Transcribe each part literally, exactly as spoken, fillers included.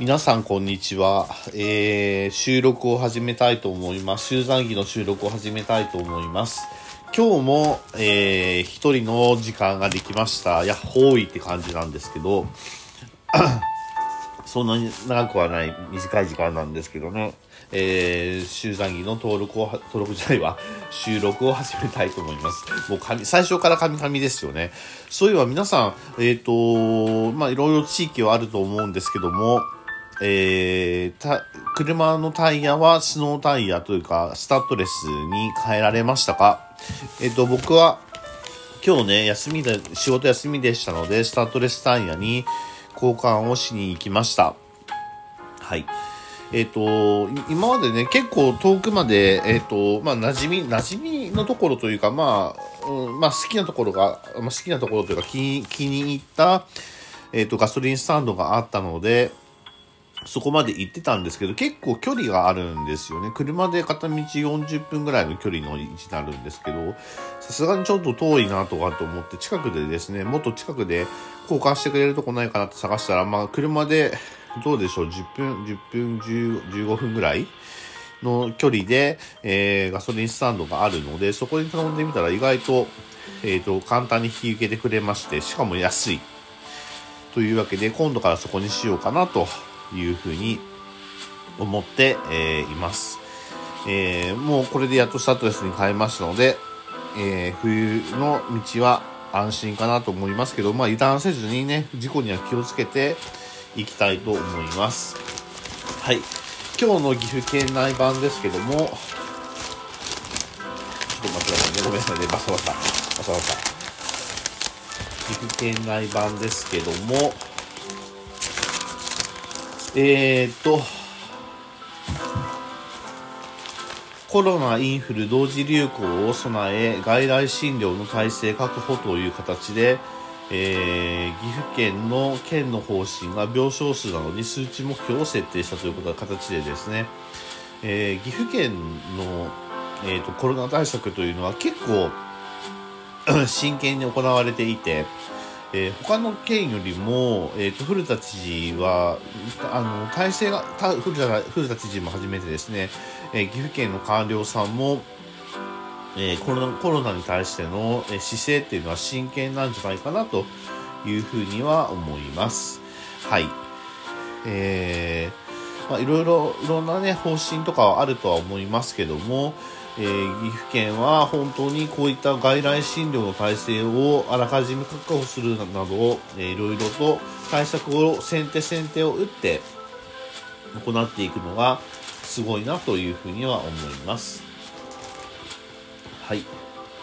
皆さんこんにちは、えー、収録を始めたいと思います。集団着の収録を始めたいと思います。今日も、えー、一人の時間ができました。やっほーいって感じなんですけどそんなに長くはない短い時間なんですけどね、えー、集団着の登録を登録じゃないわ収録を始めたいと思います。もう神最初から神々ですよね。そういえば皆さんえっ、ー、とまあいろいろ地域はあると思うんですけども、えー、た車のタイヤはスノータイヤというかスタッドレスに変えられましたか？えっ、ー、と僕は今日ね休みで仕事休みでしたのでスタッドレスタイヤに交換をしに行きました。はい。えっ、ー、と今までね結構遠くまでえっ、ー、とまあ馴染み馴染みのところというかまあ、うん、まあ好きなところが、まあ、好きなところというか気に気に入ったえっ、ー、とガソリンスタンドがあったので。そこまで行ってたんですけど、結構距離があるんですよね。車で片道よんじゅっぷんぐらいの距離の位置になるんですけど、さすがにちょっと遠いなとかと思って、近くでですね、もっと近くで交換してくれるとこないかなって探したら、まあ車でどうでしょう、じゅっぷん、じゅっぷん、じゅう、じゅうごふんぐらいの距離で、えー、ガソリンスタンドがあるので、そこに頼んでみたら意外と、えっと、簡単に引き受けてくれまして、しかも安い。というわけで、今度からそこにしようかなと。いうふうに思って、えー、います、えー。もうこれでやっとスタッドレスに変えましたので、えー、冬の道は安心かなと思いますけど、まあ油断せずにね、事故には気をつけていきたいと思います。はい。今日の岐阜県内版ですけども、ちょっと待ってくださいね。ごめんなさいね。バサバサ。バサバサ。岐阜県内版ですけども、えーっとコロナインフル同時流行を備え外来診療の体制確保という形で、えー、岐阜県の県の方針が病床数などに数値目標を設定したということ形でですね、えー、岐阜県の、えーっとコロナ対策というのは結構真剣に行われていて、えー、他の県よりも、えーと、古田知事は、あの、体制が、古田、古田知事も初めてですね、えー、岐阜県の官僚さんも、えー、コロナ、コロナに対しての、えー、姿勢っていうのは真剣なんじゃないかなというふうには思います。はい。えー、まあ、いろいろ、いろんなね、方針とかはあるとは思いますけども、えー、岐阜県は本当にこういった外来診療の体制をあらかじめ確保するなど、えー、いろいろと対策を先手先手を打って行っていくのがすごいなというふうには思います。はい。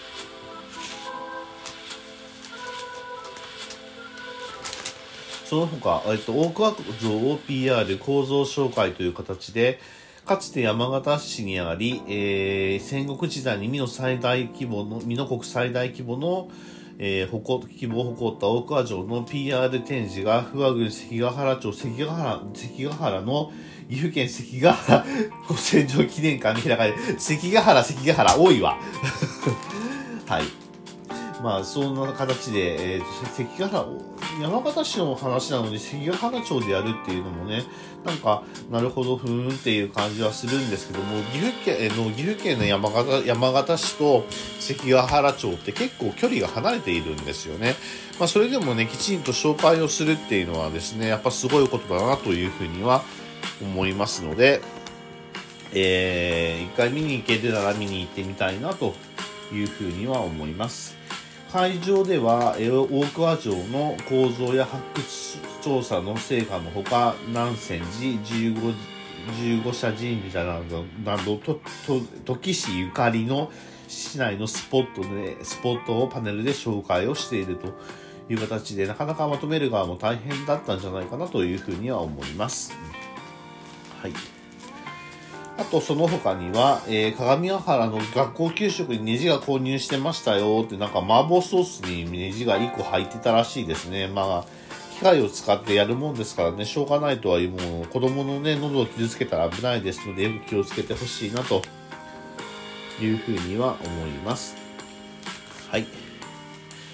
その他、えっと、大桑像を ピーアール 構造紹介という形で、かつて山形市にあり、えー、戦国時代に美濃最大規模の、美濃国最大規模の、えー、誇規模を誇った大桑城の ピーアール 展示が、不破郡関ヶ原町関ヶ原、関ヶ原の岐阜県関ヶ原戦場記念館に開かれ、関ヶ原、関ヶ原、多いわ。はい。まあ、そんな形で、えー、関ヶ原、山形市の話なのに関ヶ原町でやるっていうのもね、なんか、なるほど、ふーんっていう感じはするんですけども、岐阜県の、岐阜県の山形、山形市と関ヶ原町って結構距離が離れているんですよね。まあ、それでもね、きちんと紹介をするっていうのはですね、やっぱすごいことだなというふうには思いますので、えー、一回見に行けてたら見に行ってみたいなというふうには思います。会場では大桑城の構造や発掘調査の成果のほか、南泉寺じゅうご、じゅうご社神社などなどとと土岐市ゆかりの市内のスポットでスポットをパネルで紹介をしているという形で、なかなかまとめる側も大変だったんじゃないかなというふうには思います。はい。あとその他には、えー、鏡ヶ原の学校給食にネジが購入してましたよって、なんか麻婆ソースにネジがいっこ入ってたらしいですね。まあ機械を使ってやるもんですからね、しょうがないとはいうもの、子供のね喉を傷つけたら危ないですので、よく気をつけてほしいなというふうには思います。はい。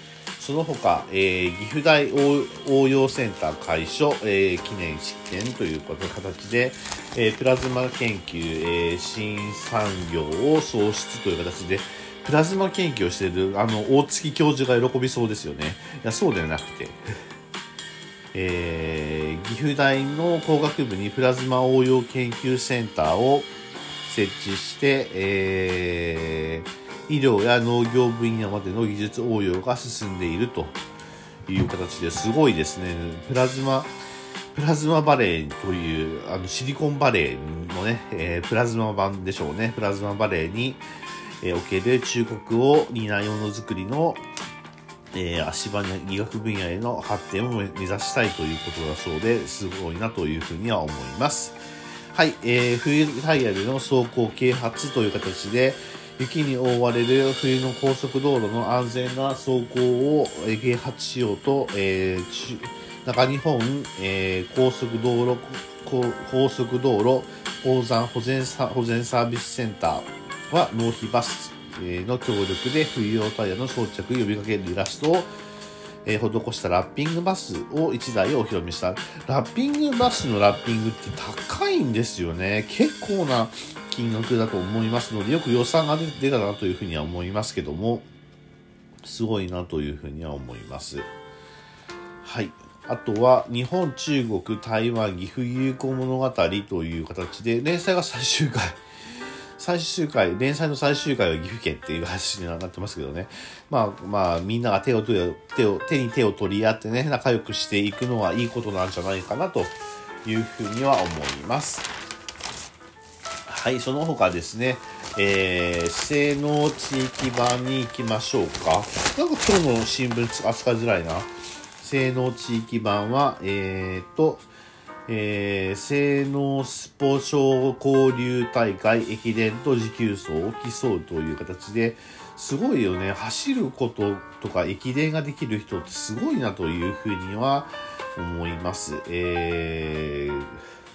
その他、えー、岐阜大応用センター開所、えー、記念式典という形で、えー、プラズマ研究、えー、新産業を創出という形で、プラズマ研究をしているあの大月教授が喜びそうですよね。いや、そうではなくて、えー、岐阜大の工学部にプラズマ応用研究センターを設置して、えー、医療や農業分野までの技術応用が進んでいるという形ですごいですね。プラズマプラズマバレーというあのシリコンバレーのね、えー、プラズマ版でしょうね。プラズマバレーに、えー、おける忠告を担いものづくりの、えー、足場医学分野への発展を目指したいということだそうで、すごいなというふうには思います。はい、えー、冬タイヤでの走行啓発という形で、雪に覆われる冬の高速道路の安全な走行を啓発しようと、えー、中日本、えー、高速道路高速道路鉱山保全サ保全サービスセンターは納費バスの協力で冬用タイヤの装着を呼びかけるイラストを、えー、施したラッピングバスをいちだいお披露目した。ラッピングバスのラッピングって高いんですよね。結構な金額だと思いますので、よく予算が出たなというふうには思いますけども、すごいなというふうには思います。はい。あとは、日本、中国、台湾、岐阜友好物語という形で、連載が最終回。最終回、連載の最終回は岐阜県っていう話になってますけどね。まあまあ、みんなが手を手を、手を、手に手を取り合ってね、仲良くしていくのはいいことなんじゃないかなというふうには思います。はい、その他ですね、えー、西濃地域版に行きましょうか。なんか今日の新聞扱いづらいな。西濃地域版は、えーと、えー、西濃スポ少交流大会駅伝と持久走を競うという形で、すごいよね。走ることとか駅伝ができる人ってすごいなというふうには思います。えー、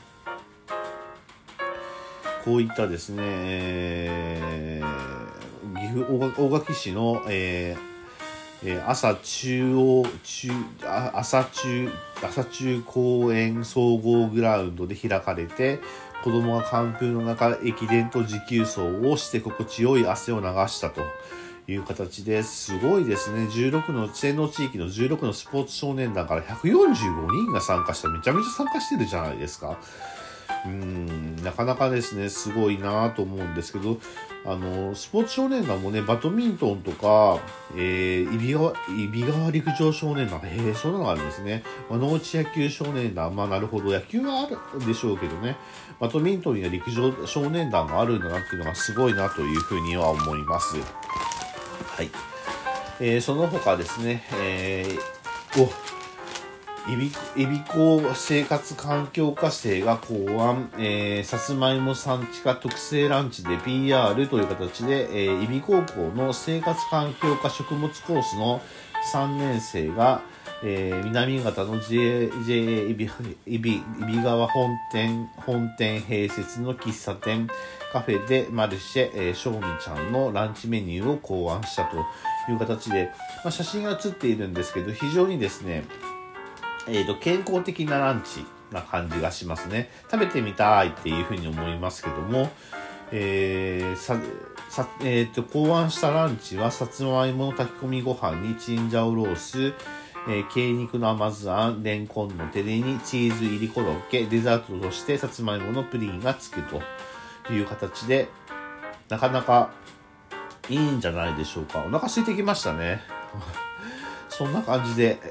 こういったですね、えー、岐阜大垣市の、えー朝中央中朝中朝中公園総合グラウンドで開かれて、子供が寒風の中駅伝と持久走をして心地よい汗を流したという形で、すごいですね。じゅうろくの西濃地域のじゅうろくのスポーツ少年団からひゃくよんじゅうごにんが参加した。めちゃめちゃ参加してるじゃないですか。うーん、なかなかですね、すごいなと思うんですけど、あの、スポーツ少年団もね、バドミントンとか、えー、揖斐川、揖斐川陸上少年団、へえ、そんなのがあるんですね。まあ、農地野球少年団、まあなるほど、野球はあるでしょうけどね、バドミントンや陸上少年団があるんだなっていうのがすごいなというふうには思います。はい。えー、その他ですね、えー、お、いび、いびこ生活環境課生が考案、えー、さつまいも産地化特製ランチで ピーアール という形で、えー、いび高校の生活環境課食物コースのさんねん生が、えー、南方の ジェイ ジェイ いび、いび、いび川本店、本店併設の喫茶店、カフェでマルシェ、えー、しょうみちゃんのランチメニューを考案したという形で、まあ、写真が写っているんですけど、非常にですね、えーと、健康的なランチな感じがしますね。食べてみたいっていうふうに思いますけども、えー、さ、さ、えーと、考案したランチは、さつまいもの炊き込みご飯にチンジャオロース、えー、鶏肉の甘酢あん、レンコンの照れにチーズ入りコロッケ、デザートとしてさつまいものプリンがつくという形で、なかなかいいんじゃないでしょうか。お腹空いてきましたね。そんな感じで、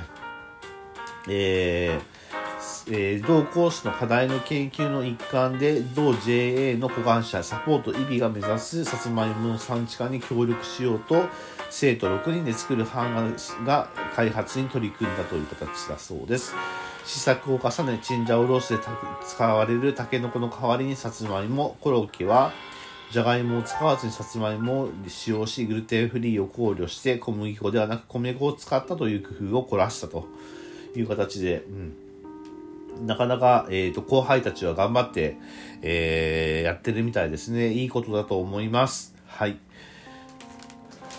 えーえー、同コースの課題の研究の一環で同 ジェイエー の補完者サポートイビが目指すさつまいもの産地化に協力しようと生徒ろくにんで作る班が開発に取り組んだという形だそうです。試作を重ねチンジャオロースで使われるタケノコの代わりにさつまいも、コロッケはじゃがいもを使わずにさつまいもを使用しグルテンフリーを考慮して小麦粉ではなく米粉を使ったという工夫を凝らしたという形で、うん、なかなか、えーと、後輩たちは頑張って、えー、やってるみたいですね。いいことだと思います。はい。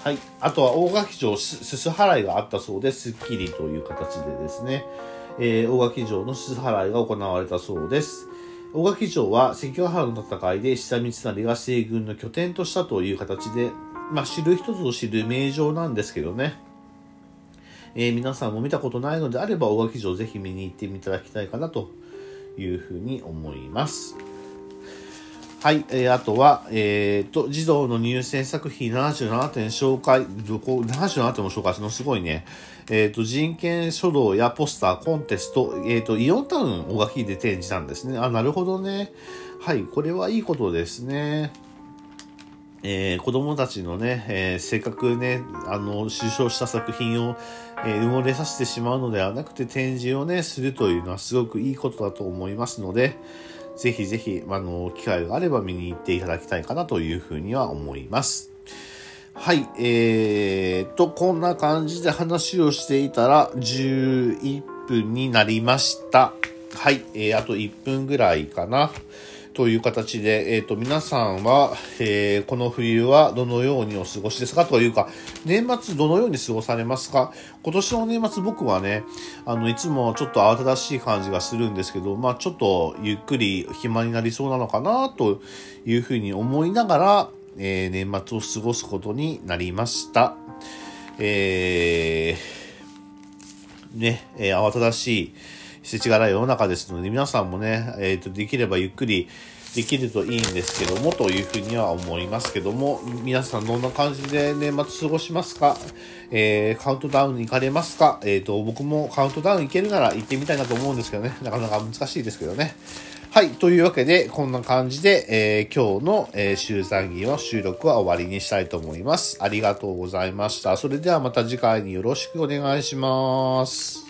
はい。あとは大垣城すす払いがあったそうで、スッキリという形でですね、えー、大垣城のすす払いが行われたそうです。大垣城は関ヶ原の戦いで石田三成が西軍の拠点としたという形で、まあ、知る人ぞ知る名城なんですけどね、えー、皆さんも見たことないのであれば大垣城ぜひ見に行っていただきたいかなというふうに思います。はい、えー、あとは、えー、と児童の入選作品ななじゅうななてん紹介、どこななじゅうななてんも紹介するのすごいね。えー、と人権書道やポスター、コンテスト、えー、とイオンタウン大垣で展示なんですね。あ、なるほどね。はい、これはいいことですね。えー、子供たちのね、えー、せっかくね、あの、受賞した作品を、えー、埋もれさせてしまうのではなくて展示をね、するというのはすごくいいことだと思いますので、ぜひぜひ、あの、機会があれば見に行っていただきたいかなというふうには思います。はい、えーと、こんな感じで話をしていたらじゅういっぷんになりました。はい、えー、あといっぷんぐらいかな。という形で、えっと、皆さんは、えー、この冬はどのようにお過ごしですかというか、年末どのように過ごされますか？今年の年末僕はね、あの、いつもちょっと慌ただしい感じがするんですけど、まあちょっとゆっくり暇になりそうなのかなというふうに思いながら、えー、年末を過ごすことになりました。えー、ね、えー、慌ただしい、世知辛い世の中ですので、皆さんもね、えっと、できればゆっくりできるといいんですけども、というふうには思いますけども、皆さんどんな感じで年末過ごしますか？えー、カウントダウンに行かれますか？えっと、僕もカウントダウン行けるなら行ってみたいなと思うんですけどね、なかなか難しいですけどね。はい。というわけで、こんな感じで、えー、今日の、えー、週残儀の収録は終わりにしたいと思います。ありがとうございました。それではまた次回によろしくお願いします。